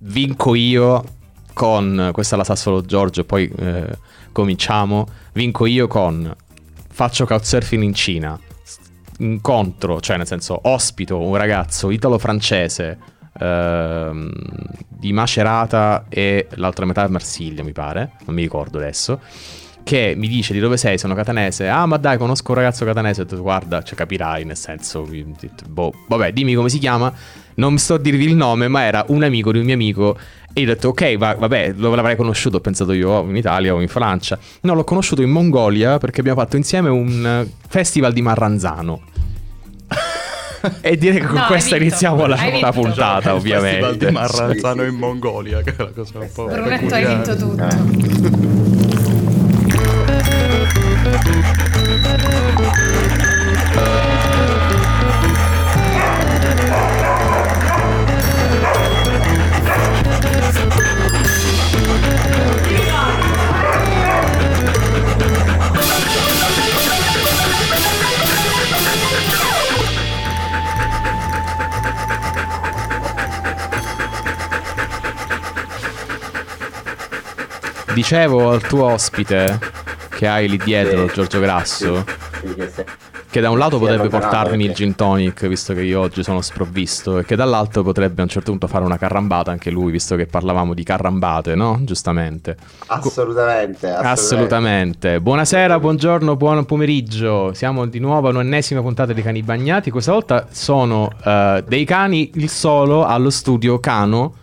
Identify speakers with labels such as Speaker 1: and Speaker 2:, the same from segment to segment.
Speaker 1: vinco io con, questa la sa solo Giorgio, poi cominciamo, vinco io con faccio couchsurfing in Cina, incontro, cioè nel senso ospito un ragazzo italo-francese di Macerata e l'altra metà è Marsiglia mi pare, non mi ricordo adesso, che mi dice di dove sei, sono catanese. Ah, ma dai, conosco un ragazzo catanese. Ho detto, guarda, cioè capirai, nel senso, boh, vabbè, dimmi come si chiama. Non sto a dirvi il nome, ma era un amico di un mio amico. E io ho detto, ok, vabbè, dove l'avrei conosciuto? Ho pensato io, in Italia o in Francia. No, l'ho conosciuto in Mongolia perché abbiamo fatto insieme un festival di Marranzano. E direi che con questa iniziamo la puntata, ovviamente.
Speaker 2: Il festival di Marranzano in Mongolia, che è la cosa un po'.
Speaker 3: Brunetto, hai vinto tutto.
Speaker 1: Dicevo al tuo ospite che hai lì dietro, Giorgio Grasso, che da un lato potrebbe portarmi il gin tonic, visto che io oggi sono sprovvisto, e che dall'altro potrebbe a un certo punto fare una carrambata anche lui, visto che parlavamo di carrambate, no? Giustamente. Assolutamente. Buonasera, buongiorno, buon pomeriggio. Siamo di nuovo a un'ennesima puntata di Cani Bagnati. Questa volta sono dei cani il solo allo studio Cano.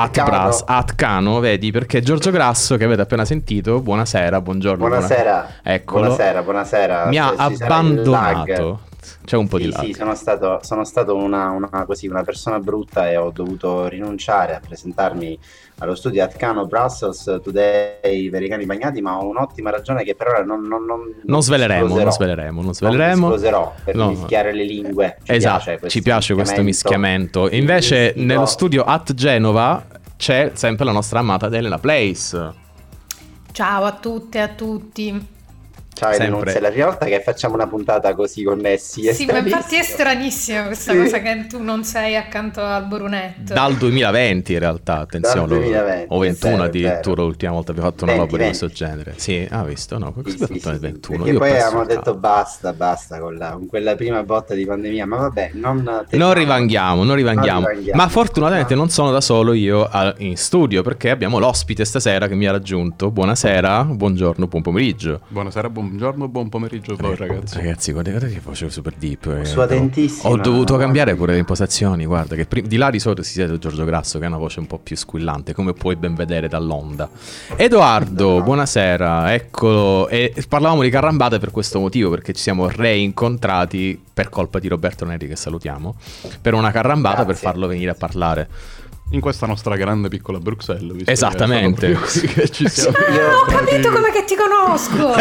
Speaker 1: At Cano, vedi, perché Giorgio Grasso, che avete appena sentito, buonasera, buongiorno.
Speaker 4: Buonasera.
Speaker 1: Eccolo.
Speaker 4: Buonasera.
Speaker 1: Mi ha abbandonato. C'è un po' di lag.
Speaker 4: Sì, sono stato una persona brutta e ho dovuto rinunciare a presentarmi allo studio At Cano Brussels Today per i Cani Bagnati, ma ho un'ottima ragione che per ora non
Speaker 1: sveleremo.
Speaker 4: Non sposerò per mischiare le lingue.
Speaker 1: Ci piace questo mischiamento. Invece nello studio At Genova c'è sempre la nostra amata Elena Place.
Speaker 3: Ciao a tutte e a tutti.
Speaker 4: Ciao Elena, è la prima volta che facciamo una puntata così connessi.
Speaker 3: Sì, ma infatti è stranissima questa cosa che tu non sei accanto al Brunetto.
Speaker 1: Dal 2020 in realtà, attenzione.
Speaker 4: Dal 2020,
Speaker 1: o 21
Speaker 4: vero,
Speaker 1: addirittura, l'ultima volta abbiamo fatto una roba di questo genere. Sì, visto? No, cosa abbiamo fatto nel 21?
Speaker 4: Perché poi avevamo detto basta con quella prima botta di pandemia, ma vabbè, non
Speaker 1: rivanghiamo. Ma fortunatamente non sono da solo io in studio, perché abbiamo l'ospite stasera che mi ha raggiunto. Buonasera, buongiorno, buon pomeriggio.
Speaker 2: Buonasera, buongiorno, buon pomeriggio a voi
Speaker 1: ragazzi, guardate che voce super deep.
Speaker 4: Suadentissima.
Speaker 1: Ho dovuto cambiare pure le impostazioni, guarda che di là di solito si siede Giorgio Grasso che ha una voce un po' più squillante, come puoi ben vedere dall'onda. Edoardo, buonasera, eccolo. E parlavamo di carrambate per questo motivo, perché ci siamo reincontrati per colpa di Roberto Neri, che salutiamo, per una carrambata. Grazie. Per farlo venire a parlare
Speaker 2: in questa nostra grande piccola Bruxelles.
Speaker 1: Esattamente.
Speaker 2: Che ci siamo.
Speaker 3: Ho capito come che ti conosco.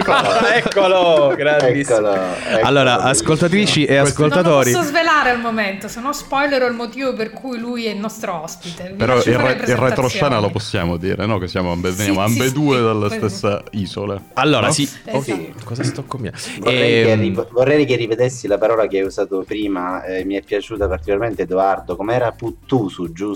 Speaker 1: Eccolo, grandissimo. Eccolo. Allora, ascoltatrici e ascoltatori,
Speaker 3: non posso svelare al momento, se no spoilerò il motivo per cui lui è il nostro ospite.
Speaker 2: Però il retroscena lo possiamo dire, no? Che veniamo ambedue dalla stessa isola.
Speaker 1: Allora,
Speaker 2: no?
Speaker 1: sì.
Speaker 3: Esatto.
Speaker 1: Cosa sto combinando?
Speaker 4: Vorrei che rivedessi la parola che hai usato prima. Mi è piaciuta particolarmente, Edoardo. Com'era? Puttusu, giusto?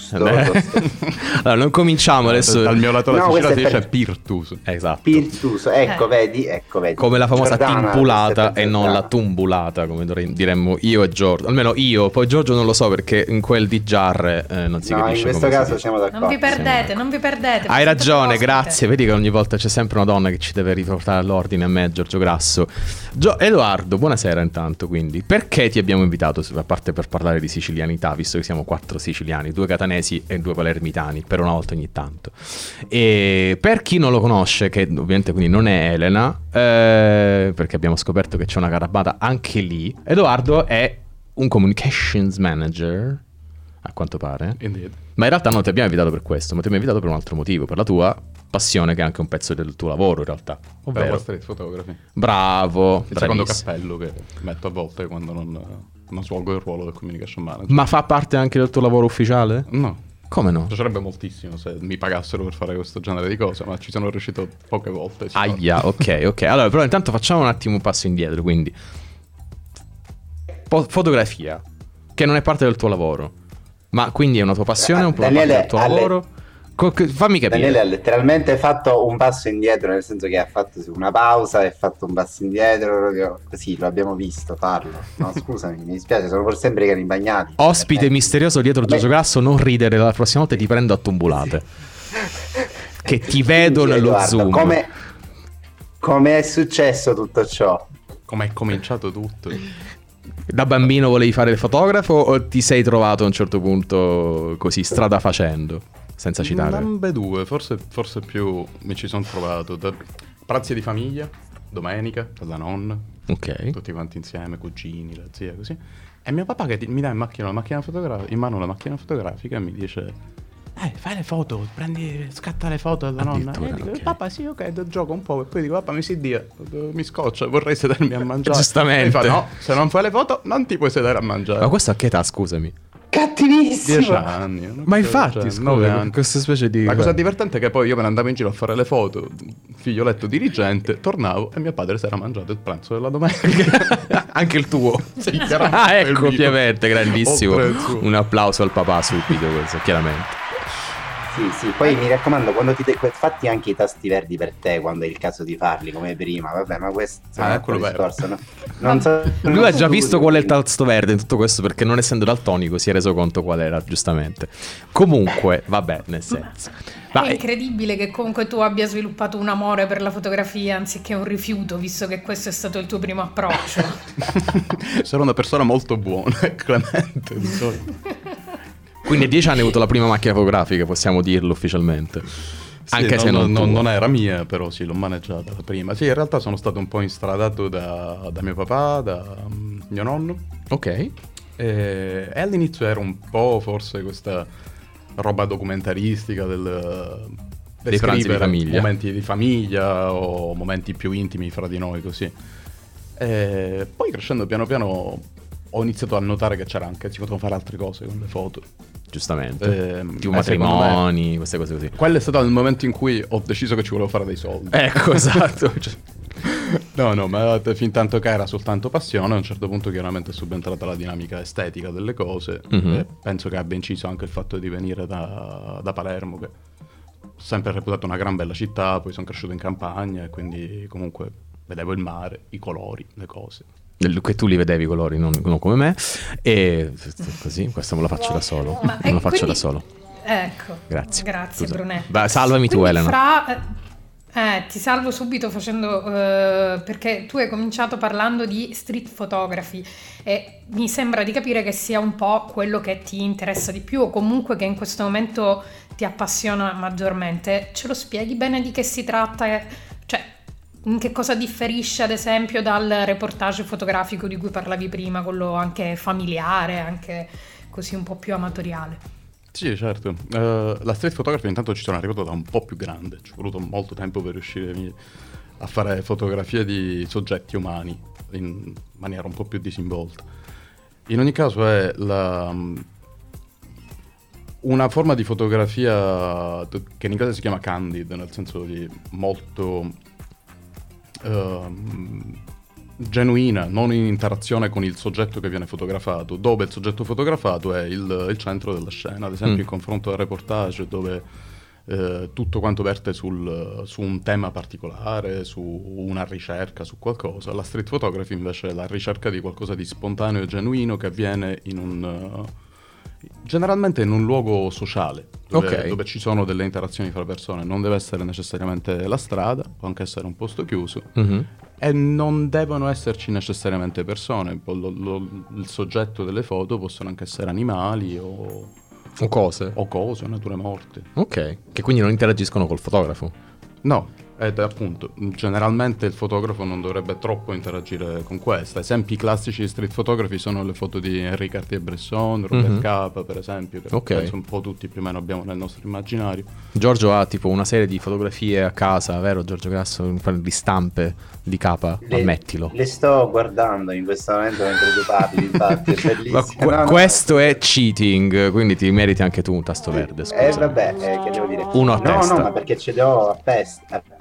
Speaker 1: Allora, non cominciamo adesso.
Speaker 2: Dal mio lato la Sicilia si dice Pirtus.
Speaker 1: Esatto.
Speaker 4: Pirtus, ecco, vedi.
Speaker 1: Come la famosa
Speaker 4: Giordana,
Speaker 1: timpulata e non la tumbulata, come diremmo io e Giorgio. Almeno io, poi Giorgio non lo so, perché in quel di Jarre non si capisce.
Speaker 4: In questo caso siamo d'accordo.
Speaker 3: Non vi perdete.
Speaker 1: Hai ragione, grazie. Vedi che ogni volta c'è sempre una donna che ci deve riportare all'ordine, a me, Giorgio Grasso. Edoardo, buonasera intanto, quindi. Perché ti abbiamo invitato, a parte per parlare di sicilianità, visto che siamo 4 siciliani, 2 catanesi e 2 palermitani, per una volta ogni tanto. E per chi non lo conosce, che ovviamente quindi non è Elena, perché abbiamo scoperto che c'è una carrambata anche lì, Edoardo è un communications manager, a quanto pare.
Speaker 2: Indeed.
Speaker 1: Ma in realtà non ti abbiamo invitato per questo, ma ti abbiamo invitato per un altro motivo, per la tua passione, che è anche un pezzo del tuo lavoro in realtà, ovvero
Speaker 2: la street photography.
Speaker 1: Bravo,
Speaker 2: il secondo cappello che metto a volte quando non svolgo il ruolo del communication manager.
Speaker 1: Ma fa parte anche del tuo lavoro ufficiale?
Speaker 2: No.
Speaker 1: Come no?
Speaker 2: Mi piacerebbe moltissimo se mi pagassero per fare questo genere di cose, ma ci sono riuscito poche volte.
Speaker 1: Aia, ok. Allora, però intanto facciamo un attimo un passo indietro, quindi fotografia, che non è parte del tuo lavoro, Ma quindi è una tua passione, un po'
Speaker 4: Daniele,
Speaker 1: il tuo lavoro? Fammi capire.
Speaker 4: Daniele ha letteralmente fatto un passo indietro, nel senso che ha fatto una pausa e fatto un passo indietro, proprio così, lo abbiamo visto farlo. No, scusami, mi dispiace, sono pur sempre i cani bagnati.
Speaker 1: Ospite misterioso dietro Giorgio Grasso, non ridere, la prossima volta ti prendo a tumbulate. Che ti vedo nello
Speaker 4: Edoardo,
Speaker 1: zoom.
Speaker 4: come è successo tutto ciò?
Speaker 2: Come è cominciato tutto?
Speaker 1: Da bambino volevi fare il fotografo o ti sei trovato a un certo punto così strada facendo, senza citare?
Speaker 2: Ambedue, forse più mi ci sono trovato da pranzi di famiglia, domenica, dalla nonna,
Speaker 1: Ok.
Speaker 2: tutti quanti insieme, cugini, la zia, così. E mio papà che mi dà in mano la macchina fotografica e mi dice: fai le foto, scatta le foto della nonna. E dico,
Speaker 1: ok.
Speaker 2: papà sì, ok, gioco un po'. E poi dico, papà mi si dia, mi scoccia, vorrei sedermi a mangiare.
Speaker 1: Giustamente.
Speaker 2: E mi fa, no, se non fai le foto non ti puoi sedere a mangiare.
Speaker 1: Ma questo a che età, scusami?
Speaker 4: Cattivissimo!
Speaker 2: 10 anni. una
Speaker 1: Ma
Speaker 2: cosa
Speaker 1: infatti,
Speaker 2: del genere, 9
Speaker 1: scusa,
Speaker 2: anni.
Speaker 1: questa specie di...
Speaker 2: La cosa divertente è che poi io me ne andavo in giro a fare le foto, figlioletto dirigente, tornavo e mio padre si era mangiato il pranzo della domenica.
Speaker 1: Anche il tuo.
Speaker 2: Sì, chiaramente.
Speaker 1: Ah,
Speaker 2: Il
Speaker 1: ecco,
Speaker 2: mio.
Speaker 1: ovviamente, grandissimo.
Speaker 2: Oltre il suo.
Speaker 1: Un applauso al papà subito, questo, chiaramente.
Speaker 4: Sì, poi mi raccomando, quando fatti anche i tasti verdi per te quando è il caso di farli, come prima. Vabbè, ma questo è un altro
Speaker 2: quello vero.
Speaker 4: discorso, no? Non so,
Speaker 1: Lui ha già visto qual è il tasto verde in tutto questo, perché non essendo daltonico si è reso conto qual era, giustamente. Comunque, vabbè, nel senso.
Speaker 3: È incredibile che comunque tu abbia sviluppato un amore per la fotografia anziché un rifiuto, visto che questo è stato il tuo primo approccio.
Speaker 2: Sono una persona molto buona e clemente di solito.
Speaker 1: Quindi a 10 anni hai avuto la prima macchina fotografica, possiamo dirlo ufficialmente.
Speaker 2: Sì,
Speaker 1: Anche se
Speaker 2: non era mia, però sì, l'ho maneggiata la prima. Sì, in realtà sono stato un po' instradato da mio papà, da mio nonno.
Speaker 1: Ok.
Speaker 2: E all'inizio era un po' forse questa roba documentaristica
Speaker 1: Dei pranzi di famiglia.
Speaker 2: momenti di famiglia o momenti più intimi fra di noi, così. E poi crescendo piano piano ho iniziato a notare che si potevano fare altre cose con le foto.
Speaker 1: Giustamente. Tipo
Speaker 2: secondo
Speaker 1: matrimoni, queste cose così.
Speaker 2: Quello è stato il momento in cui ho deciso che ci volevo fare dei soldi.
Speaker 1: Ecco, esatto.
Speaker 2: No, ma fin tanto che era soltanto passione, a un certo punto chiaramente è subentrata la dinamica estetica delle cose. E penso che abbia inciso anche il fatto di venire da Palermo, che ho sempre reputato una gran bella città, poi sono cresciuto in campagna e quindi comunque vedevo il mare, i colori, le cose.
Speaker 1: Che tu li vedevi i colori, non come me. E così, questo me lo faccio da solo. Me lo faccio da solo.
Speaker 3: Ecco.
Speaker 1: Grazie.
Speaker 3: Grazie,
Speaker 1: Scusa.
Speaker 3: Brunè.
Speaker 1: Vai, salvami tu,
Speaker 3: Quindi
Speaker 1: Elena.
Speaker 3: ti salvo subito facendo perché tu hai cominciato parlando di street photography e mi sembra di capire che sia un po' quello che ti interessa di più o comunque che in questo momento ti appassiona maggiormente. Ce lo spieghi bene di che si tratta? Cioè, in che cosa differisce ad esempio dal reportage fotografico di cui parlavi prima, quello anche familiare, anche così un po' più amatoriale?
Speaker 2: Sì, certo. La street photography intanto ci sono arrivato da un po' più grande. Ci è voluto molto tempo per riuscire a fare fotografie di soggetti umani in maniera un po' più disinvolta. In ogni caso è una forma di fotografia che in inglese si chiama candid, nel senso di molto genuina, non in interazione con il soggetto che viene fotografato, dove il soggetto fotografato è il centro della scena. Ad esempio il confronto al reportage, dove tutto quanto verte su un tema particolare, su una ricerca, su qualcosa. La street photography invece è la ricerca di qualcosa di spontaneo e genuino che avviene generalmente in un luogo sociale, dove ci sono delle interazioni fra persone. Non deve essere necessariamente la strada, può anche essere un posto chiuso, e non devono esserci necessariamente persone. Il soggetto delle foto possono anche essere animali o
Speaker 1: cose.
Speaker 2: O cose, o nature morte.
Speaker 1: Ok, che quindi non interagiscono col fotografo.
Speaker 2: No. Ed appunto, generalmente il fotografo non dovrebbe troppo interagire con questa. Esempi classici di street photography sono le foto di Henri Cartier-Bresson, Robert Capa, per esempio, che penso un po' tutti più o meno abbiamo nel nostro immaginario.
Speaker 1: Giorgio ha tipo una serie di fotografie a casa, vero Giorgio Grasso? Di stampe di Capa, ammettilo.
Speaker 4: Le sto guardando in questo momento mentre tu parli, infatti, è bellissimo.
Speaker 1: Questo è cheating, quindi ti meriti anche tu un tasto verde, scusa.
Speaker 4: Vabbè, che devo dire?
Speaker 1: Uno a testa.
Speaker 4: No, ma perché ce li ho a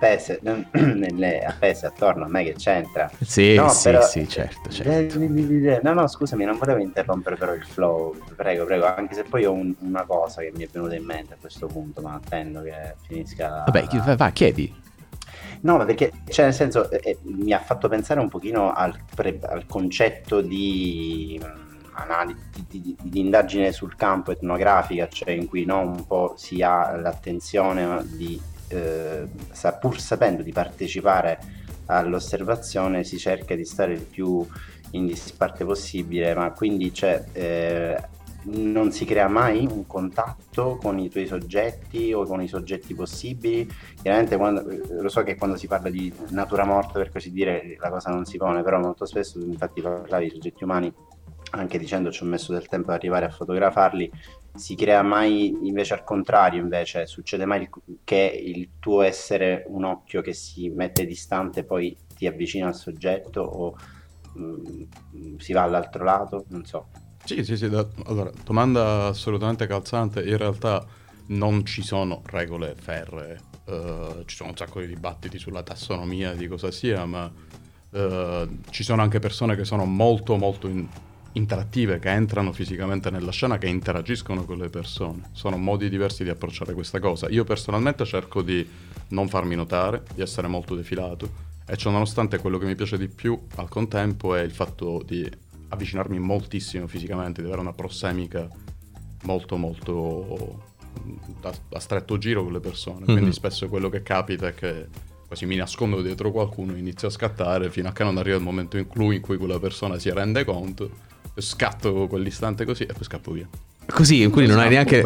Speaker 4: appese, appese attorno a me, che c'entra?
Speaker 1: Sì,
Speaker 4: No,
Speaker 1: sì,
Speaker 4: però-
Speaker 1: sì, certo.
Speaker 4: No, scusami, non volevo interrompere però il flow, prego, anche se poi ho una cosa che mi è venuta in mente a questo punto, ma attendo che finisca.
Speaker 1: Vabbè, va, chiedi.
Speaker 4: No, ma perché, cioè, nel senso, mi ha fatto pensare un pochino al concetto di analisi, di indagine sul campo etnografica, cioè in cui no, un po' si ha l'attenzione di, pur sapendo di partecipare all'osservazione, si cerca di stare il più in disparte possibile, ma quindi non si crea mai un contatto con i tuoi soggetti o con i soggetti possibili. Chiaramente lo so che quando si parla di natura morta, per così dire, la cosa non si pone, però molto spesso, infatti parlavi di soggetti umani, anche dicendo ci ho messo del tempo ad arrivare a fotografarli, si crea mai invece al contrario, invece succede mai che il tuo essere un occhio che si mette distante poi ti avvicina al soggetto o si va all'altro lato, non so.
Speaker 2: Sì, allora, domanda assolutamente calzante. In realtà non ci sono regole ferree, ci sono un sacco di dibattiti sulla tassonomia di cosa sia, ma ci sono anche persone che sono molto molto interattive, che entrano fisicamente nella scena, che interagiscono con le persone. Sono modi diversi di approcciare questa cosa. Io personalmente cerco di non farmi notare, di essere molto defilato, e ciò nonostante quello che mi piace di più al contempo è il fatto di avvicinarmi moltissimo fisicamente, di avere una prossemica molto molto a stretto giro con le persone. Quindi spesso quello che capita è che quasi mi nascondo dietro qualcuno, inizio a scattare fino a che non arriva il momento in cui quella persona si rende conto, scatto quell'istante così e poi scappo via.
Speaker 1: Così, quindi non hai neanche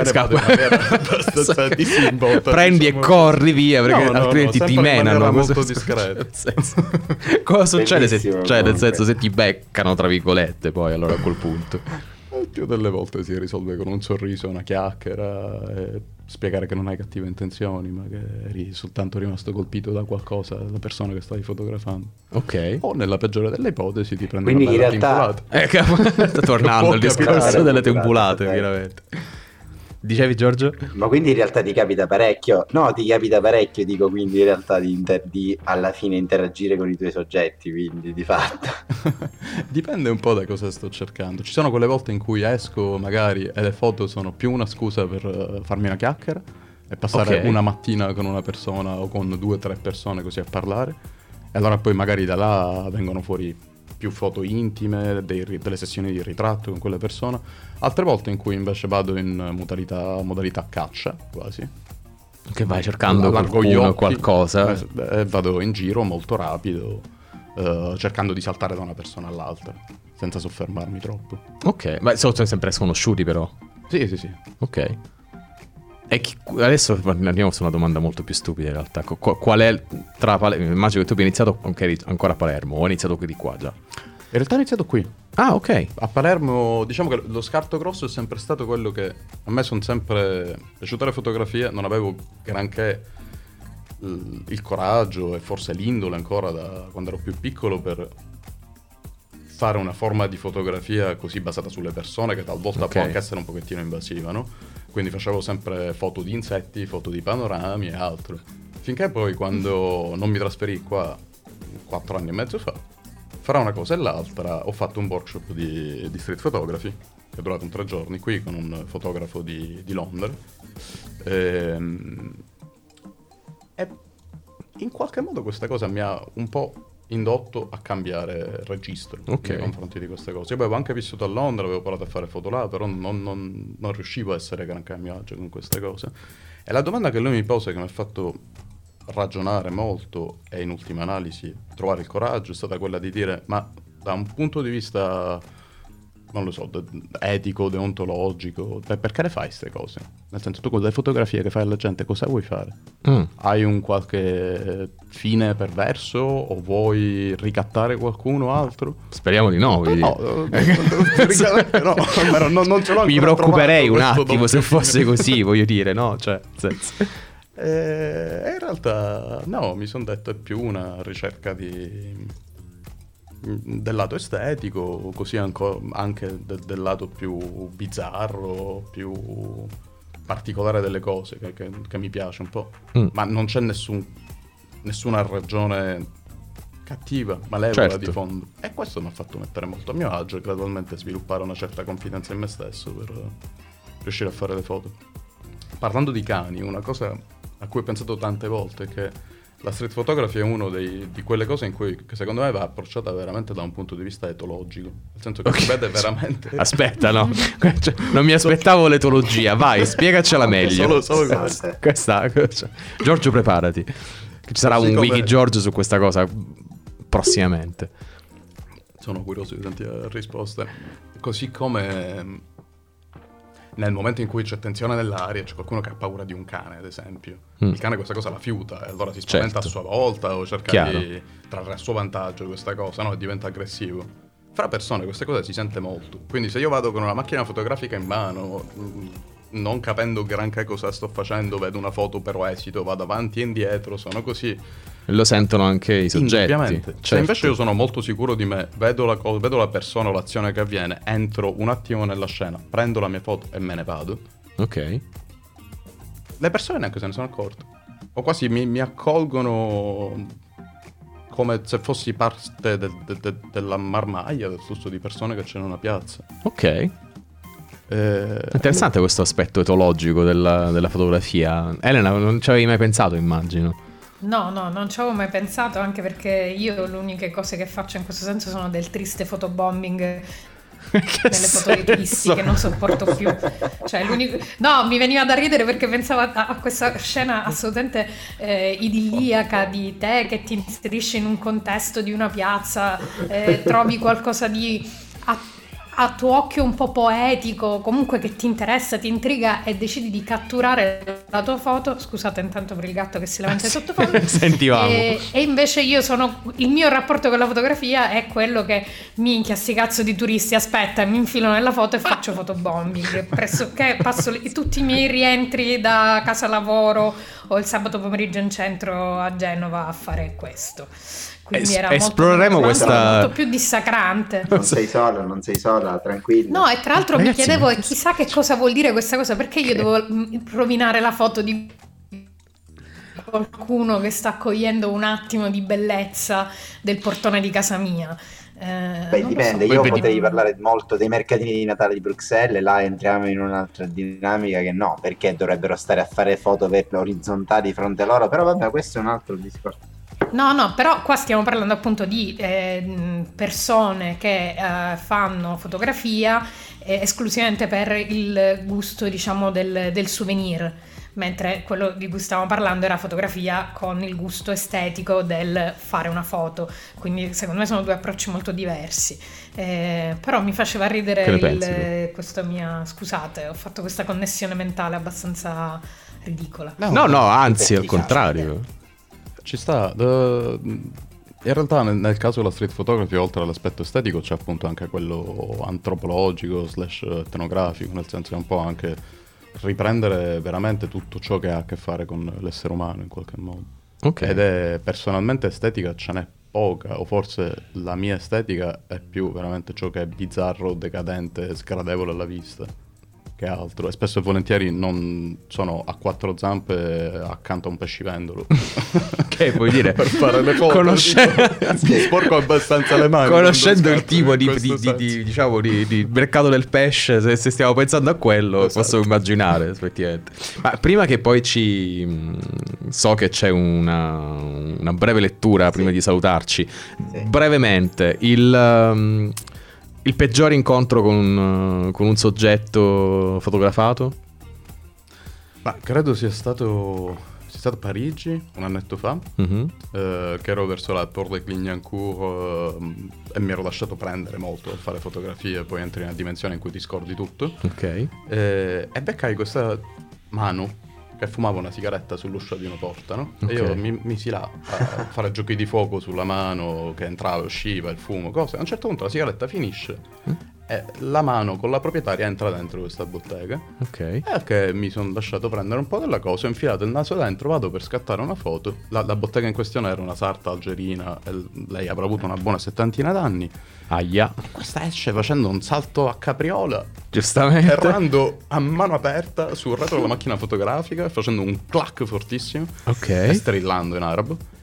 Speaker 1: prendi e corri via, perché altrimenti ti menano.
Speaker 2: Molto discreto.
Speaker 1: Cosa succede nel
Speaker 4: Bellissimo,
Speaker 1: senso se ti beccano, tra virgolette, poi allora a quel punto?
Speaker 2: Più delle volte si risolve con un sorriso, una chiacchiera, e spiegare che non hai cattive intenzioni, ma che eri soltanto rimasto colpito da qualcosa dalla persona che stavi fotografando.
Speaker 1: Ok.
Speaker 2: O nella peggiore delle ipotesi ti prendi
Speaker 4: Quindi
Speaker 2: una bella
Speaker 4: in realtà
Speaker 2: timpolata.
Speaker 1: Sta tornando al discorso delle tempulate, veramente. Dicevi, Giorgio?
Speaker 4: Ma quindi in realtà ti capita parecchio? No, ti capita parecchio, dico, quindi in realtà di alla fine interagire con i tuoi soggetti, quindi di fatto.
Speaker 2: Dipende un po' da cosa sto cercando. Ci sono quelle volte in cui esco magari e le foto sono più una scusa per farmi una chiacchiera e passare una mattina con una persona o con 2 o 3 persone così a parlare, e allora poi magari da là vengono fuori più foto intime, delle sessioni di ritratto con quelle persone. Altre volte in cui invece vado in modalità caccia, quasi.
Speaker 1: Che vai cercando
Speaker 2: Allargo gli
Speaker 1: qualcuno,
Speaker 2: occhi,
Speaker 1: qualcosa.
Speaker 2: e vado in giro molto rapido, cercando di saltare da una persona all'altra, senza soffermarmi troppo.
Speaker 1: Ok, ma sono sempre sconosciuti però.
Speaker 2: Sì.
Speaker 1: Ok. E adesso andiamo su una domanda molto più stupida in realtà. Qual è immagino che tu abbia iniziato ancora a Palermo, o hai iniziato di qua già?
Speaker 2: In realtà ho iniziato qui.
Speaker 1: Ah, ok.
Speaker 2: A Palermo, diciamo che lo scarto grosso è sempre stato quello che a me sono sempre piaciute le fotografie, non avevo granché il coraggio e forse l'indole ancora da quando ero più piccolo per fare una forma di fotografia così basata sulle persone, che talvolta può anche essere un pochettino invasiva, no? Quindi facevo sempre foto di insetti, foto di panorami e altro. Finché poi, quando non mi trasferì qua 4 anni e mezzo fa, fra una cosa e l'altra ho fatto un workshop di street photography che è durato 3 giorni qui con un fotografo di Londra, e in qualche modo questa cosa mi ha un po' indotto a cambiare registro nei confronti di queste cose. Io avevo anche vissuto a Londra, avevo provato a fare foto là, però non riuscivo a essere granché a mio agio con queste cose. E la domanda che lui mi pose, che mi ha fatto ragionare molto e in ultima analisi trovare il coraggio, è stata quella di dire: ma da un punto di vista, non lo so, etico, deontologico, perché le fai queste cose? Nel senso, tu con le fotografie che fai alla gente cosa vuoi fare? Hai un qualche fine perverso o vuoi ricattare qualcuno altro?
Speaker 1: Speriamo di no.
Speaker 2: Non ce l'ho.
Speaker 1: Mi preoccuperei un attimo se fosse così, voglio dire, no? Cioè, senso.
Speaker 2: In realtà no, mi sono detto è più una ricerca del lato estetico, così anche del lato più bizzarro, più particolare delle cose che mi piace un po'. Ma non c'è nessun nessuna ragione cattiva, malevola
Speaker 1: Certo.
Speaker 2: di fondo. E questo mi ha fatto mettere molto a mio agio e gradualmente sviluppare una certa confidenza in me stesso per riuscire a fare le foto. Parlando di cani, una cosa a cui ho pensato tante volte è che la street photography è una di quelle cose in cui, che secondo me va approcciata veramente da un punto di vista etologico, nel senso che si vede veramente...
Speaker 1: Aspetta, no, cioè, non mi aspettavo l'etologia, vai, spiegacela meglio.
Speaker 2: Solo
Speaker 1: Questa, Giorgio, preparati, che ci sarà
Speaker 2: Così
Speaker 1: un
Speaker 2: come-
Speaker 1: wiki Giorgio su questa cosa prossimamente.
Speaker 2: Sono curioso di sentire le risposte. Così come nel momento in cui c'è tensione nell'aria, c'è qualcuno che ha paura di un cane, ad esempio. Il cane questa cosa la fiuta e allora si spaventa
Speaker 1: Certo.
Speaker 2: a sua volta o cerca
Speaker 1: Chiaro.
Speaker 2: di trarre a suo vantaggio questa cosa, no? E diventa aggressivo. Fra persone queste cose si sente molto. Quindi se io vado con una macchina fotografica in mano, non capendo granché cosa sto facendo, vedo una foto però esito, vado avanti e indietro, sono così.
Speaker 1: Lo sentono anche i soggetti.
Speaker 2: Indubbiamente. Se
Speaker 1: Certo.
Speaker 2: invece io sono molto sicuro di me, vedo la persona o l'azione che avviene, entro un attimo nella scena, prendo la mia foto e me ne vado,
Speaker 1: Ok.
Speaker 2: le persone neanche se ne sono accorte. O quasi mi accolgono come se fossi parte della marmaglia, del flusso di persone che c'è in una piazza.
Speaker 1: Ok. Interessante questo aspetto etologico della fotografia. Elena, non ci avevi mai pensato, immagino.
Speaker 3: No, non ci avevo mai pensato, anche perché io le uniche cose che faccio in questo senso sono del triste photobombing nelle foto dei turisti che non sopporto più. Cioè, no, mi veniva da ridere perché pensavo a questa scena assolutamente idilliaca di te che ti inserisci in un contesto di una piazza, trovi qualcosa di a tuo occhio un po' poetico, comunque che ti interessa, ti intriga e decidi di catturare la tua foto. Scusate intanto per il gatto che si lamenta in sottofondo.
Speaker 1: Sentivamo.
Speaker 3: E invece il mio rapporto con la fotografia è quello che minchia sti cazzo di turisti, aspetta, mi infilo nella foto e faccio fotobombing. Pressoché passo tutti i miei rientri da casa lavoro o il sabato pomeriggio in centro a Genova a fare questo. Quindi era
Speaker 1: esploreremo
Speaker 3: molto più dissacrante.
Speaker 4: Non sei sola, tranquilla.
Speaker 3: No, e tra l'altro
Speaker 1: Ragazzi,
Speaker 3: mi chiedevo chissà che cosa vuol dire questa cosa, perché io devo rovinare la foto di qualcuno che sta cogliendo un attimo di bellezza del portone di casa mia.
Speaker 4: Beh, dipende,
Speaker 1: Poi
Speaker 4: io
Speaker 1: vedi-
Speaker 4: potrei parlare molto dei mercatini di Natale di Bruxelles, là entriamo in un'altra dinamica che no, perché dovrebbero stare a fare foto orizzontali di fronte a loro, però vabbè, questo è un altro discorso.
Speaker 3: No, però qua stiamo parlando appunto di persone che fanno fotografia esclusivamente per il gusto, diciamo, del souvenir, mentre quello di cui stavamo parlando era fotografia con il gusto estetico del fare una foto, quindi secondo me sono due approcci molto diversi. Però mi faceva ridere
Speaker 1: Che ne pensi?
Speaker 3: questa mia... Scusate, ho fatto questa connessione mentale abbastanza ridicola.
Speaker 1: No, anzi, al contrario.
Speaker 2: Ci sta. In realtà nel caso della street photography, oltre all'aspetto estetico, c'è appunto anche quello antropologico / etnografico, nel senso che è un po' anche riprendere veramente tutto ciò che ha a che fare con l'essere umano in qualche modo.
Speaker 1: Ok.
Speaker 2: Ed è personalmente estetica ce n'è poca, o forse la mia estetica è più veramente ciò che è bizzarro, decadente, sgradevole alla vista che altro, e spesso e volentieri non sono a quattro zampe accanto a un pescivendolo.
Speaker 1: Che vuoi dire?
Speaker 2: Per fare le foto. Mi sporco abbastanza le mani.
Speaker 1: Conoscendo il
Speaker 2: quando
Speaker 1: tipo
Speaker 2: scatto in questo senso.
Speaker 1: diciamo, di mercato del pesce, se stiamo pensando a quello,
Speaker 2: Esatto.
Speaker 1: posso immaginare, effettivamente. Ma prima che poi so che c'è una breve lettura prima di salutarci.
Speaker 4: Sì.
Speaker 1: Brevemente, il peggiore incontro con un soggetto fotografato?
Speaker 2: Ma credo sia stato Parigi un annetto fa,
Speaker 1: Mhm.
Speaker 2: che ero verso la Porte de Clignancourt e mi ero lasciato prendere molto a fare fotografie, poi entri in una dimensione in cui ti scordi tutto.
Speaker 1: Ok.
Speaker 2: E beccai questa mano che fumava una sigaretta sull'uscio di una porta, no?
Speaker 1: Ok.
Speaker 2: E io mi misi là a fare giochi di fuoco sulla mano che entrava e usciva, il fumo, cose. A un certo punto la sigaretta finisce e la mano con la proprietaria entra dentro questa bottega.
Speaker 1: Ok.
Speaker 2: E che mi sono lasciato prendere un po' della cosa, ho infilato il naso dentro, vado per scattare una foto. La bottega in questione era una sarta algerina e lei avrà avuto una buona settantina d'anni.
Speaker 1: Aia.
Speaker 2: Questa esce facendo un salto a capriola,
Speaker 1: Giustamente.
Speaker 2: errando a mano aperta sul retro della macchina fotografica, facendo un clac fortissimo
Speaker 1: Ok.
Speaker 2: e strillando in arabo.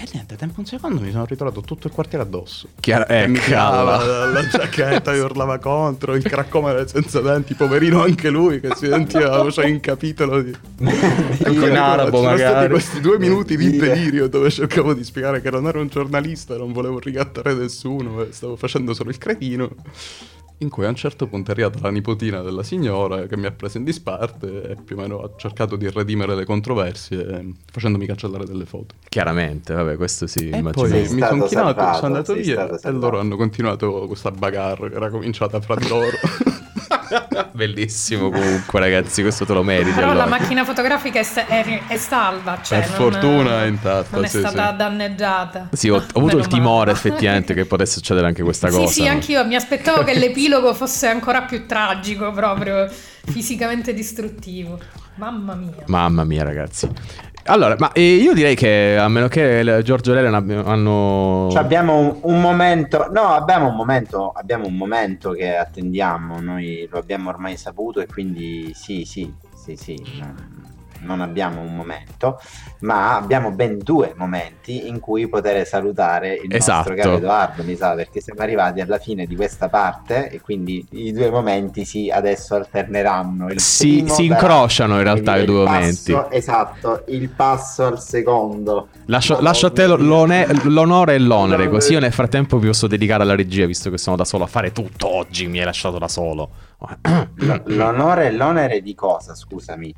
Speaker 2: E niente, tempo un secondo mi sono ritrovato tutto il quartiere addosso.
Speaker 1: Calla.
Speaker 2: Mi tirava la giacchetta, mi urlava contro, il craccomane senza denti, poverino anche lui che si sentiva cioè, in capitolo di...
Speaker 1: in arabo
Speaker 2: Ci sono stati
Speaker 1: magari.
Speaker 2: questi 2 minuti di delirio dove cercavo di spiegare che non ero un giornalista, non volevo ricattare nessuno, stavo facendo solo il cretino. In cui a un certo punto è arrivata la nipotina della signora che mi ha preso in disparte e più o meno ha cercato di redimere le controversie facendomi cancellare delle foto.
Speaker 1: Chiaramente, vabbè, questo sì,
Speaker 2: E
Speaker 1: immagino.
Speaker 2: poi
Speaker 4: Sei
Speaker 2: mi sono
Speaker 4: stato
Speaker 2: inchinato,
Speaker 4: salvato,
Speaker 2: sono andato
Speaker 4: sei
Speaker 2: via
Speaker 4: stato
Speaker 2: e
Speaker 4: salvato.
Speaker 2: loro hanno continuato questa bagarre che era cominciata fra di loro.
Speaker 1: Bellissimo comunque, ragazzi, questo te lo meriti.
Speaker 3: Però
Speaker 1: allora.
Speaker 3: la macchina fotografica è salva, cioè
Speaker 2: Per
Speaker 3: non-
Speaker 2: fortuna è intatta,
Speaker 3: non è
Speaker 2: sì,
Speaker 3: stata
Speaker 2: sì.
Speaker 3: danneggiata.
Speaker 1: Sì, ho avuto
Speaker 3: Meno
Speaker 1: il timore
Speaker 3: male.
Speaker 1: effettivamente che potesse succedere anche questa cosa.
Speaker 3: Sì,
Speaker 1: no?
Speaker 3: anch'io mi aspettavo che l'epilogo fosse ancora più tragico, proprio fisicamente distruttivo. Mamma mia.
Speaker 1: Mamma mia, ragazzi. Allora, ma io direi che a meno che Giorgio e Elena hanno...
Speaker 4: Cioè, abbiamo un momento, no, abbiamo un momento che attendiamo, noi lo abbiamo ormai saputo e quindi sì, non abbiamo un momento, ma abbiamo ben 2 momenti in cui poter salutare il
Speaker 1: Esatto.
Speaker 4: nostro caro Edoardo, mi sa, perché siamo arrivati alla fine di questa parte e quindi i 2 momenti adesso alterneranno. Il primo
Speaker 1: si
Speaker 4: sarà,
Speaker 1: incrociano in realtà
Speaker 4: come
Speaker 1: i
Speaker 4: dire,
Speaker 1: 2
Speaker 4: il
Speaker 1: momenti.
Speaker 4: passo- Esatto, il passo al secondo.
Speaker 1: Lascio a te l'onore e l'onere, così io nel frattempo vi posso dedicare alla regia, visto che sono da solo a fare tutto oggi, mi hai lasciato da solo.
Speaker 4: L'onore e l'onere di cosa, scusami?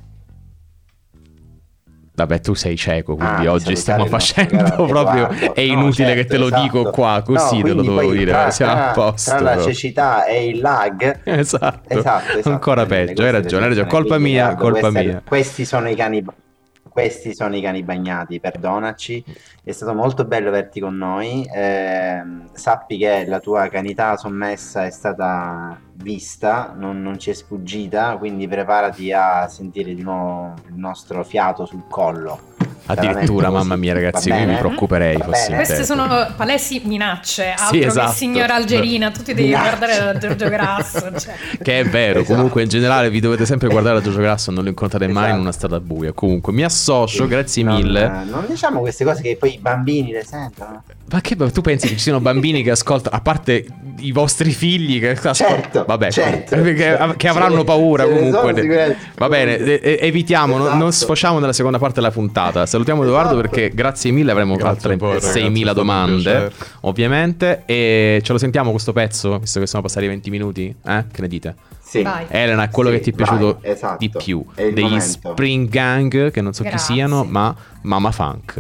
Speaker 1: Vabbè, tu sei cieco, quindi
Speaker 4: di
Speaker 1: oggi stiamo
Speaker 4: salutare il
Speaker 1: facendo
Speaker 4: nostro caro
Speaker 1: proprio...
Speaker 4: Edoardo.
Speaker 1: È
Speaker 4: No,
Speaker 1: inutile
Speaker 4: certo,
Speaker 1: che te lo
Speaker 4: esatto.
Speaker 1: dico qua, così
Speaker 4: No,
Speaker 1: te lo
Speaker 4: quindi
Speaker 1: devo
Speaker 4: poi
Speaker 1: dire, siamo a posto.
Speaker 4: tra la cecità e il lag.
Speaker 1: Esatto.
Speaker 4: Esatto,
Speaker 1: Ancora
Speaker 4: quindi
Speaker 1: peggio, hai ragione, colpa
Speaker 4: quindi,
Speaker 1: mia,
Speaker 4: Edoardo,
Speaker 1: colpa mia.
Speaker 4: Questi sono i cani bagnati, perdonaci. È stato molto bello averti con noi. Sappi che la tua canità sommessa è stata vista, non ci è sfuggita, quindi preparati a sentire di nuovo il nostro fiato sul collo.
Speaker 1: Addirittura,
Speaker 4: Veramente così.
Speaker 1: mamma mia, ragazzi,
Speaker 4: Va
Speaker 1: io mi
Speaker 4: bene?
Speaker 1: preoccuperei
Speaker 4: Va
Speaker 1: fossi in
Speaker 4: bene?
Speaker 3: Queste
Speaker 1: te.
Speaker 3: sono palesi minacce, altro
Speaker 1: esatto.
Speaker 3: che signora Algerina, tu ti devi
Speaker 4: Minacce.
Speaker 3: guardare da Giorgio Grasso. Cioè.
Speaker 1: Che è vero,
Speaker 4: Esatto.
Speaker 1: comunque in generale vi dovete sempre guardare a Giorgio Grasso, non lo incontrate mai in
Speaker 4: Esatto.
Speaker 1: una strada buia. Comunque mi associo, grazie mille.
Speaker 4: Non diciamo queste cose che poi i bambini le sentono.
Speaker 1: Ma che tu pensi che ci siano bambini che ascoltano, a parte i vostri figli che ascoltano?
Speaker 4: Certo,
Speaker 1: Vabbè,
Speaker 4: certo.
Speaker 1: che avranno paura
Speaker 4: Ce ne
Speaker 1: comunque.
Speaker 4: sono sicuramente.
Speaker 1: Va bene, evitiamo, non
Speaker 4: Esatto.
Speaker 1: sfociamo nella seconda parte della puntata. Salutiamo Edoardo
Speaker 4: Esatto.
Speaker 1: perché grazie mille, avremo
Speaker 2: Grazie
Speaker 1: altre
Speaker 2: a voi, ragazzi,
Speaker 1: 6.000
Speaker 2: è stato un
Speaker 1: domande,
Speaker 2: piacere.
Speaker 1: ovviamente. E ce lo sentiamo questo pezzo, visto che sono passati 20 minuti? Che ne dite?
Speaker 4: Sì.
Speaker 3: Vai.
Speaker 1: Elena, è quello
Speaker 4: Sì,
Speaker 1: che ti è piaciuto
Speaker 4: vai, esatto.
Speaker 1: di più
Speaker 4: È il
Speaker 1: degli
Speaker 4: momento.
Speaker 1: Spring Gang, che non so
Speaker 3: Grazie.
Speaker 1: chi siano, ma Mama Funk.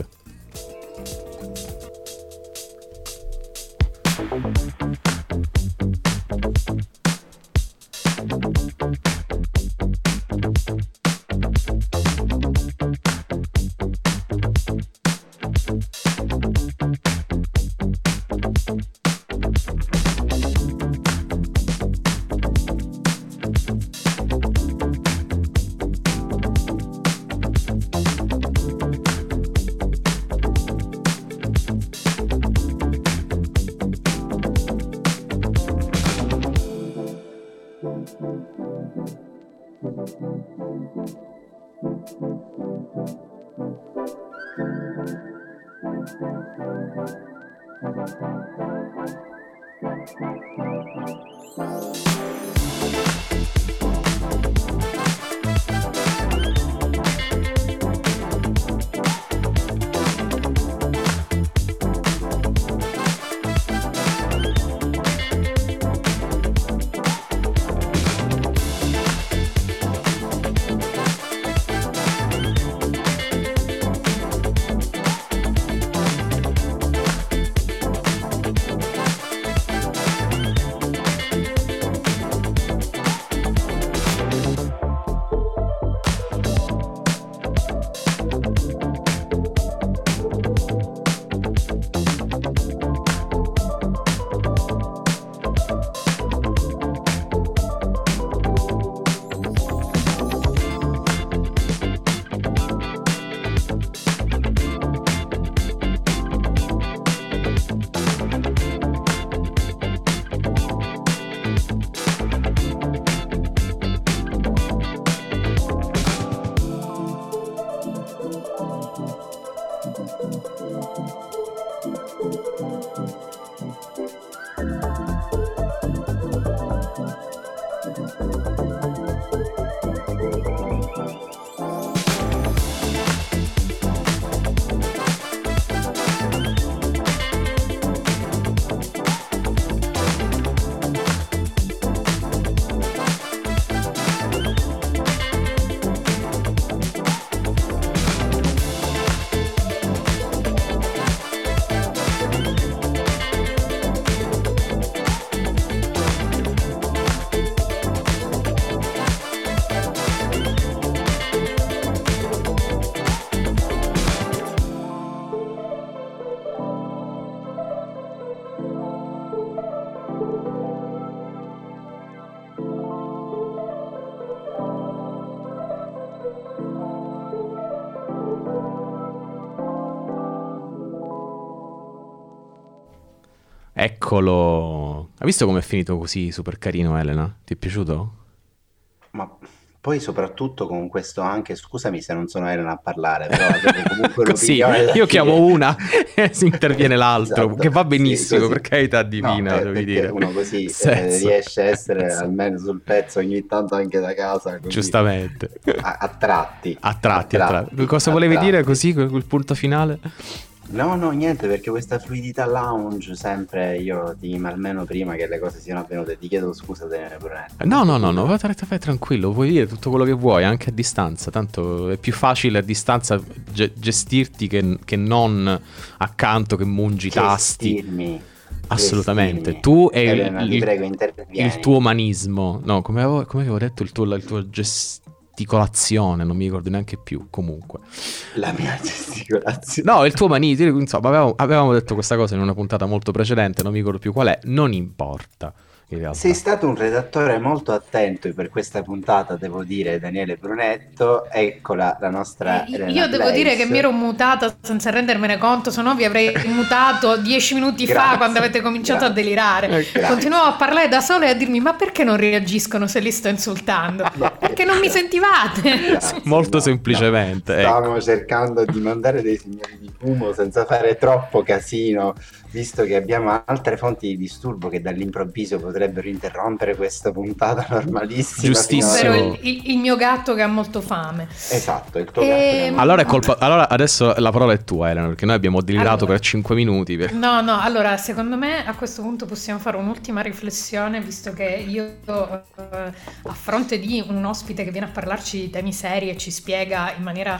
Speaker 1: Eccolo. Hai visto com'è finito così super carino, Elena? Ti è piaciuto?
Speaker 4: Ma poi soprattutto con questo anche, scusami se non sono Elena a parlare, però dopo comunque
Speaker 1: Così,
Speaker 4: l'opinione da
Speaker 1: io chiamo
Speaker 4: dire.
Speaker 1: una e si interviene l'altro,
Speaker 4: Esatto,
Speaker 1: che va
Speaker 4: sì,
Speaker 1: benissimo,
Speaker 4: così.
Speaker 1: per carità
Speaker 4: No,
Speaker 1: divina, devi
Speaker 4: perché
Speaker 1: dire.
Speaker 4: uno così
Speaker 1: Nel senso.
Speaker 4: riesce a essere
Speaker 1: Senso.
Speaker 4: almeno sul pezzo ogni tanto anche da casa, così
Speaker 1: Giustamente.
Speaker 4: a tratti,
Speaker 1: A tratti. Cosa
Speaker 4: a
Speaker 1: volevi dire
Speaker 4: tratti.
Speaker 1: così, quel punto finale?
Speaker 4: No, no, niente, perché questa fluidità lounge sempre io almeno prima che le cose siano avvenute, ti chiedo scusa Daniele Brunetto,
Speaker 1: No,
Speaker 4: questo
Speaker 1: vai tranquillo, puoi dire tutto quello che vuoi, anche a distanza, tanto è più facile a distanza gestirti che non accanto, che mungi i tasti.
Speaker 4: gestirmi,
Speaker 1: Assolutamente.
Speaker 4: gestirmi.
Speaker 1: Tu e
Speaker 4: Elena, ti prego,
Speaker 1: il
Speaker 4: intervieni.
Speaker 1: tuo umanismo. No, come avevo detto, la tua gesticolazione, non mi ricordo neanche più, comunque.
Speaker 4: La mia gesticolazione.
Speaker 1: No, il tuo umanismo, insomma, avevamo detto questa cosa in una puntata molto precedente, non mi ricordo più qual è, non importa, in realtà.
Speaker 4: Sei stato un redattore molto attento per questa puntata, devo dire, Daniele Brunetto. Eccola la nostra Elena
Speaker 3: Io devo dire
Speaker 4: Blaze.
Speaker 3: che mi ero mutata senza rendermene conto, se no vi avrei mutato 10 minuti fa
Speaker 4: Grazie,
Speaker 3: quando avete cominciato a
Speaker 4: grazie.
Speaker 3: delirare.
Speaker 4: Grazie.
Speaker 3: Continuavo a parlare da sola e a dirmi: ma perché non reagiscono se li sto insultando? Perché non mi sentivate?
Speaker 4: Grazie,
Speaker 1: Molto
Speaker 4: no,
Speaker 1: semplicemente,
Speaker 4: no.
Speaker 1: ecco.
Speaker 4: Stavamo cercando di mandare dei segnali di fumo senza fare troppo casino, visto che abbiamo altre fonti di disturbo che dall'improvviso potrebbero interrompere questa puntata normalissima.
Speaker 1: Giustissimo.
Speaker 3: Ovvero il mio gatto che ha molto fame.
Speaker 4: Esatto, il tuo gatto che ha
Speaker 1: Allora,
Speaker 4: molto
Speaker 1: allora adesso la parola è tua, Elena, perché noi abbiamo delirato
Speaker 3: Allora.
Speaker 1: per 5 minuti.
Speaker 3: No, allora secondo me a questo punto possiamo fare un'ultima riflessione, visto che io a fronte di un ospite che viene a parlarci di temi seri e ci spiega in maniera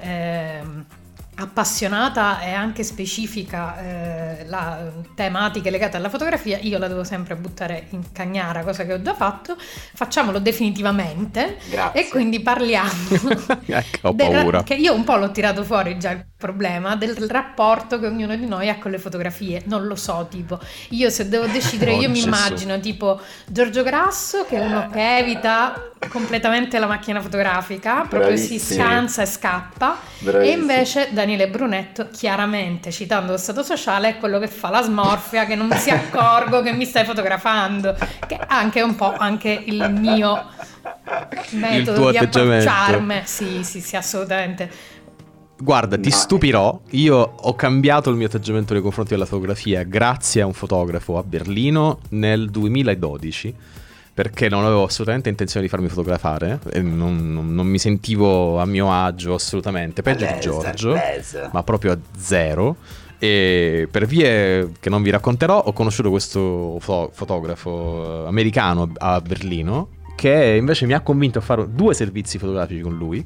Speaker 3: appassionata e anche specifica la tematiche legate alla fotografia, io la devo sempre buttare in cagnara, cosa che ho già fatto. Facciamolo definitivamente.
Speaker 4: Grazie.
Speaker 3: E quindi parliamo
Speaker 1: Ecco, ho paura.
Speaker 3: che io un po' l'ho tirato fuori già il problema del rapporto che ognuno di noi ha con le fotografie. Non lo so, tipo io se devo decidere,
Speaker 1: Oh,
Speaker 3: io mi
Speaker 1: Gesù.
Speaker 3: immagino tipo Giorgio Grasso, che è uno che evita completamente la macchina fotografica, proprio si
Speaker 4: Bravissimo.
Speaker 3: scansa e scappa. E
Speaker 4: Bravissimo.
Speaker 3: invece Daniele Brunetto, chiaramente citando lo stato sociale, è quello che fa la smorfia, che non si accorgo che mi stai fotografando, che è anche un po' anche il mio metodo
Speaker 1: tuo
Speaker 3: di
Speaker 1: atteggiamento.
Speaker 3: approcciarmi. Sì, assolutamente.
Speaker 1: Guarda, ti
Speaker 4: No,
Speaker 1: stupirò, io ho cambiato il mio atteggiamento nei confronti della fotografia grazie a un fotografo a Berlino nel 2012, perché non avevo assolutamente intenzione di farmi fotografare e non mi sentivo a mio agio assolutamente, peggio di Giorgio, ma proprio a zero. E per vie che non vi racconterò ho conosciuto questo fotografo americano a Berlino, che invece mi ha convinto a fare 2 servizi fotografici con lui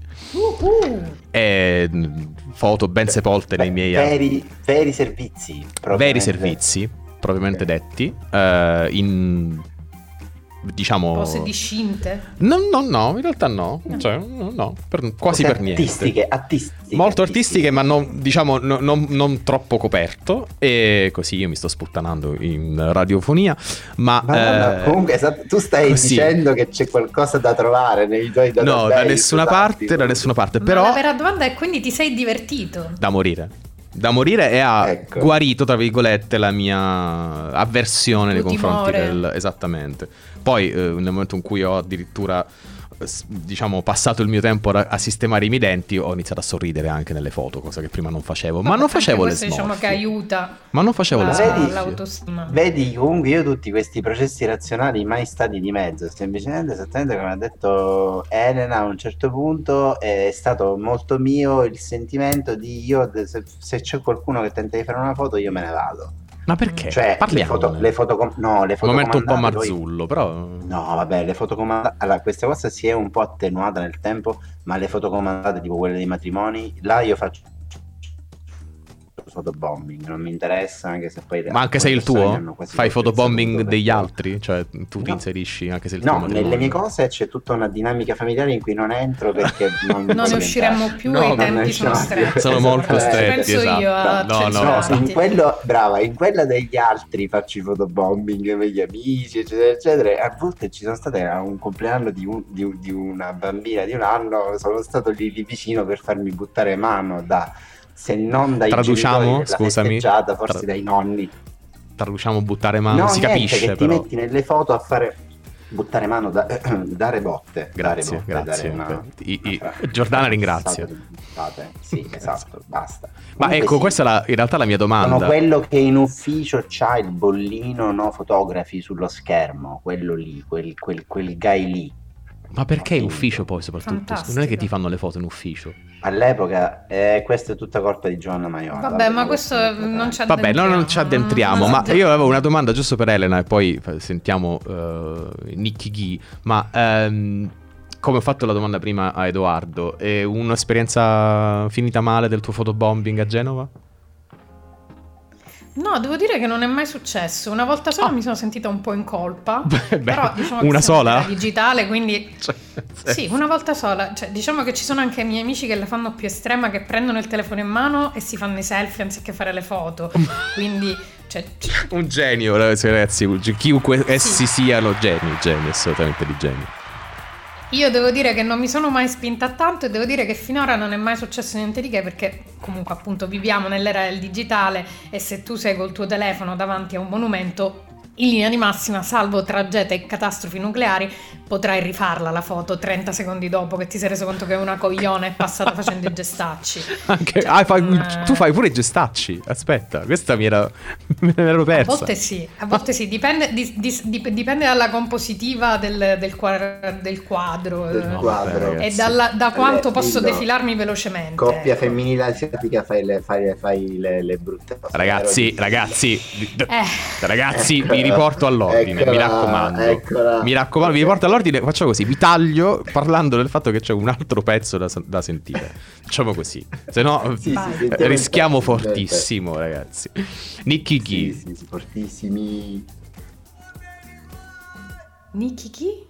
Speaker 1: e foto ben sepolte nei miei
Speaker 4: veri servizi,
Speaker 1: veri servizi propriamente detti, in diciamo
Speaker 3: Cose discinte?
Speaker 1: no, in realtà no, cioè, no, quasi per niente.
Speaker 4: Artistiche,
Speaker 1: Molto artistiche, ma non, diciamo, non troppo coperto. E così io mi sto sputtanando in radiofonia. Ma
Speaker 4: no, comunque tu stai
Speaker 1: così.
Speaker 4: Dicendo che c'è qualcosa da trovare nei tuoi database.
Speaker 1: No, da nessuna parte. Però
Speaker 3: Ma la vera domanda è: quindi ti sei divertito?
Speaker 1: da morire e ha
Speaker 4: Ecco.
Speaker 1: guarito, tra virgolette, la mia avversione nei
Speaker 3: tuo
Speaker 1: confronti
Speaker 3: timore.
Speaker 1: esattamente. Poi nel momento in cui ho addirittura diciamo passato il mio tempo a sistemare i miei denti, ho iniziato a sorridere anche nelle foto, cosa che prima non facevo. Ma
Speaker 3: Vabbè,
Speaker 1: non facevo le
Speaker 3: anche questo diciamo che
Speaker 1: smorfie.
Speaker 3: aiuta
Speaker 1: Ma non facevo le smorfie.
Speaker 3: l'autostima.
Speaker 4: Vedi, comunque io tutti questi processi razionali mai stati di mezzo, semplicemente esattamente come ha detto Elena a un certo punto, è stato molto mio il sentimento di se c'è qualcuno che tenta di fare una foto io me ne vado.
Speaker 1: Ma perché?
Speaker 4: Cioè
Speaker 1: Parliamo.
Speaker 4: le foto
Speaker 1: Un momento un po'
Speaker 4: comandate poi-
Speaker 1: marzullo, però.
Speaker 4: No, vabbè, le fotocomandate. Allora, questa cosa si è un po' attenuata nel tempo, ma le fotocomandate, tipo quelle dei matrimoni, là io faccio fotobombing, non mi interessa, anche se poi.
Speaker 1: Ma anche se è il
Speaker 4: persone
Speaker 1: tuo?
Speaker 4: hanno quasi
Speaker 1: Fai
Speaker 4: tutto il
Speaker 1: fotobombing
Speaker 4: saluto,
Speaker 1: degli
Speaker 4: perché-
Speaker 1: altri? Cioè, tu ti
Speaker 4: No.
Speaker 1: inserisci anche se il tuo
Speaker 4: No,
Speaker 1: matrimonio.
Speaker 4: nelle mie cose c'è tutta una dinamica familiare in cui non entro perché non
Speaker 3: Non ne usciremmo più
Speaker 4: No,
Speaker 3: e i
Speaker 4: non ne
Speaker 3: tempi sono
Speaker 4: usciamo più.
Speaker 3: stretti.
Speaker 1: Sono molto stretti,
Speaker 3: Penso
Speaker 1: esatto.
Speaker 3: io a
Speaker 1: No,
Speaker 3: censurarti.
Speaker 4: In quello, brava, in quella degli altri faccio i fotobombing con gli amici, eccetera, eccetera. E a volte ci sono state a un compleanno di una bambina di 1 anno, sono stato lì vicino per farmi buttare mano se non dai
Speaker 1: Traduciamo?
Speaker 4: genitori della
Speaker 1: Scusami.
Speaker 4: festeggiata, forse dai nonni.
Speaker 1: traduciamo buttare mano,
Speaker 4: No,
Speaker 1: si
Speaker 4: niente,
Speaker 1: capisce
Speaker 4: che ti
Speaker 1: però.
Speaker 4: metti nelle foto a fare buttare mano, dare botte.
Speaker 1: Grazie,
Speaker 4: dare
Speaker 1: grazie.
Speaker 4: una
Speaker 1: Giordana ringrazia.
Speaker 4: Sì, esatto, basta.
Speaker 1: Ma
Speaker 4: Comunque
Speaker 1: ecco,
Speaker 4: sì,
Speaker 1: questa è in realtà la mia
Speaker 4: sono
Speaker 1: domanda.
Speaker 4: quello che in ufficio c'ha il bollino, no, fotografi sullo schermo, quello lì, quel guy lì.
Speaker 1: Ma perché in
Speaker 4: Appunto.
Speaker 1: ufficio poi soprattutto?
Speaker 3: Fantastico.
Speaker 1: Non è che ti fanno le foto in ufficio.
Speaker 4: All'epoca, questa è tutta colpa di Giovanna Maiorana.
Speaker 3: Vabbè, ma questo non ci
Speaker 1: Vabbè, no, non ci addentriamo, ma io avevo una domanda giusto per Elena e poi sentiamo Nicky Ghee, ma come ho fatto la domanda prima a Edoardo, è un'esperienza finita male del tuo fotobombing a Genova?
Speaker 3: No, devo dire che non è mai successo. Una volta sola mi sono sentita un po' in colpa.
Speaker 1: Beh,
Speaker 3: però diciamo che
Speaker 1: una
Speaker 3: siamo
Speaker 1: sola?
Speaker 3: era digitale, quindi
Speaker 1: Cioè,
Speaker 3: sì, una volta sola. Cioè, diciamo che ci sono anche miei amici che la fanno più estrema, che prendono il telefono in mano e si fanno i selfie anziché fare le foto. Quindi
Speaker 1: un genio, ragazzi, chiunque essi siano, geni, assolutamente di geni.
Speaker 3: io devo dire che non mi sono mai spinta tanto e devo dire che finora non è mai successo niente di che, perché comunque appunto viviamo nell'era del digitale e se tu sei col tuo telefono davanti a un monumento, in linea di massima, salvo tragedie e catastrofi nucleari, potrai rifarla la foto 30 secondi dopo che ti sei reso conto che una coglione è passata facendo i gestacci.
Speaker 1: Anche,
Speaker 3: Cioè,
Speaker 1: tu fai pure i gestacci. Aspetta, questa me l'ero persa.
Speaker 3: A volte sì, dipende, dipende dalla compositiva del quadro,
Speaker 4: Del quadro.
Speaker 3: e da quanto posso
Speaker 4: dillo.
Speaker 3: defilarmi velocemente.
Speaker 4: Coppia
Speaker 3: ecco.
Speaker 4: femminile asiatica, fai le brutte cose.
Speaker 1: Ragazzi,
Speaker 4: Eccola,
Speaker 1: vi riporto all'ordine, mi raccomando.
Speaker 4: eccola.
Speaker 1: Mi raccomando, vi riporto all'ordine. Faccio così, vi taglio parlando del fatto che c'è un altro pezzo da sentire. Facciamo così, se no
Speaker 4: Sì, sentiamo
Speaker 1: rischiamo
Speaker 4: il pezzo,
Speaker 1: fortissimo, ragazzi. Nicky Ghee.
Speaker 4: Sì, fortissimi.
Speaker 3: Nicky chi?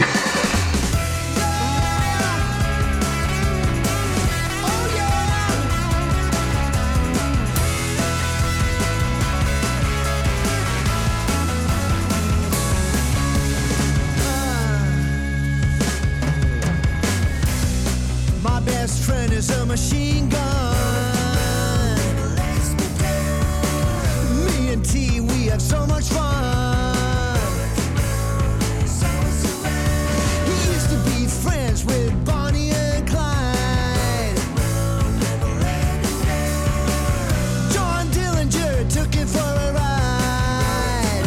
Speaker 5: My best friend is a machine gun. Me and T, we have so much fun. He used to be friends with Bonnie and Clyde. John Dillinger took him for a ride.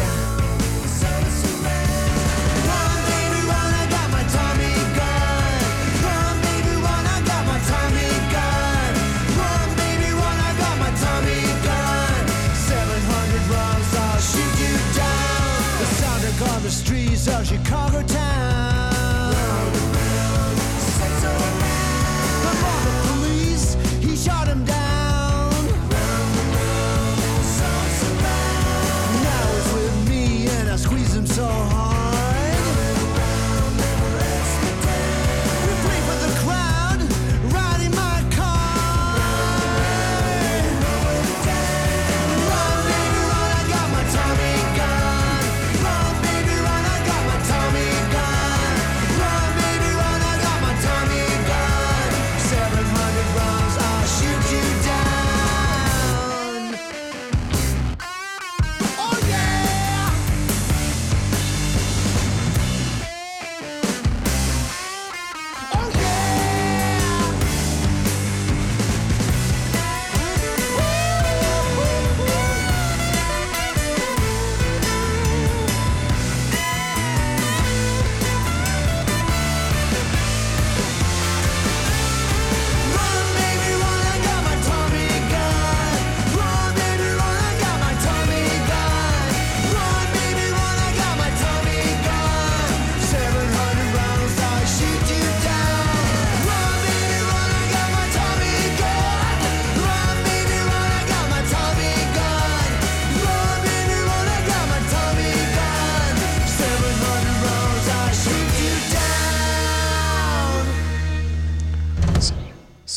Speaker 5: Run, baby, run, I got my Tommy gun. Run, baby, run, I got my Tommy gun. Run, baby, run, I got my Tommy gun. 700 rounds, I'll shoot you down.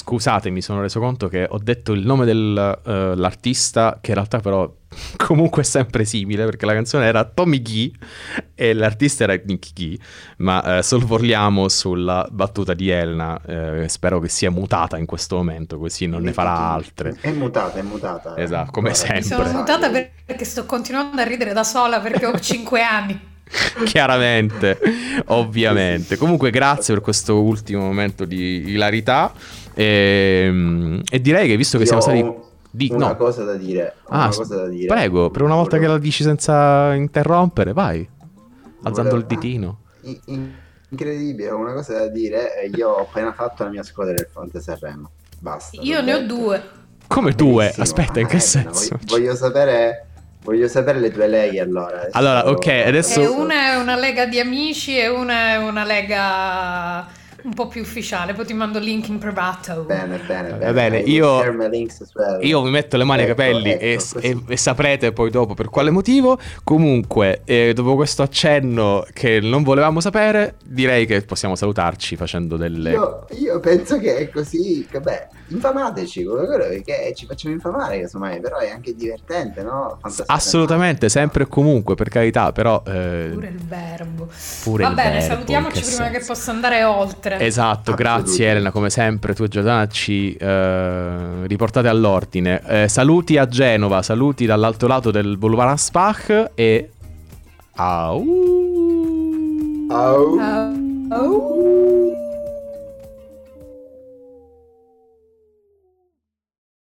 Speaker 1: scusate, mi sono reso conto che ho detto il nome dell'artista, che in realtà però comunque è sempre simile, perché la canzone era Tommy G e l'artista era Nicky G, ma sorvoliamo sulla battuta di Elena, spero che sia mutata in questo momento, così non ne farà altre.
Speaker 4: È mutata.
Speaker 1: Esatto, come
Speaker 4: Guarda,
Speaker 3: Mi
Speaker 1: sempre.
Speaker 3: sono mutata perché sto continuando a ridere da sola perché ho 5 anni.
Speaker 1: Chiaramente, ovviamente. Comunque grazie per questo ultimo momento di ilarità e direi che visto che
Speaker 4: Io
Speaker 1: siamo
Speaker 4: ho
Speaker 1: stati...
Speaker 4: una
Speaker 1: no.
Speaker 4: cosa da dire.
Speaker 1: Prego, per una volta che la dici senza interrompere, vai, alzando il
Speaker 4: Volevo-
Speaker 1: ditino.
Speaker 4: Incredibile, ho una cosa da dire. Io ho appena fatto la mia squadra del Fronte Sanremo. Basta.
Speaker 3: Io
Speaker 4: l'ho
Speaker 3: ne ho
Speaker 4: detto.
Speaker 3: 2.
Speaker 1: Come due?
Speaker 4: Benissimo.
Speaker 1: Aspetta, in che
Speaker 4: no,
Speaker 1: senso?
Speaker 4: voglio sapere le tue leghe allora. Adesso-
Speaker 1: Allora, ok, adesso-
Speaker 3: E una è una lega di amici e una è una lega un po' più ufficiale. Poi ti mando il link in privato.
Speaker 4: Bene.
Speaker 1: Va bene,
Speaker 4: I will
Speaker 1: io-
Speaker 4: share my links as well.
Speaker 1: Io mi metto le mani ai
Speaker 4: Ecco,
Speaker 1: capelli
Speaker 4: ecco, così.
Speaker 1: e saprete poi dopo per quale motivo. Comunque, dopo questo accenno che non volevamo sapere, direi che possiamo salutarci facendo delle...
Speaker 4: Io penso che è così, che beh, infamateci, quello che ci facciamo infamare, casomai, però è anche divertente, no? Fantastico.
Speaker 1: Assolutamente, sempre e comunque, per carità, però...
Speaker 3: Pure il verbo.
Speaker 1: pure
Speaker 3: Va
Speaker 1: il
Speaker 3: bene,
Speaker 1: verbo,
Speaker 3: salutiamoci
Speaker 1: in che
Speaker 3: prima che
Speaker 1: senso?
Speaker 3: possa andare oltre.
Speaker 1: Esatto, grazie
Speaker 4: Assolutamente.
Speaker 1: Elena, come sempre, tu e Giordana ci riportate all'ordine. Saluti a Genova, saluti dall'altro lato del Boulevard Aspach e...
Speaker 4: Au.
Speaker 3: Oh.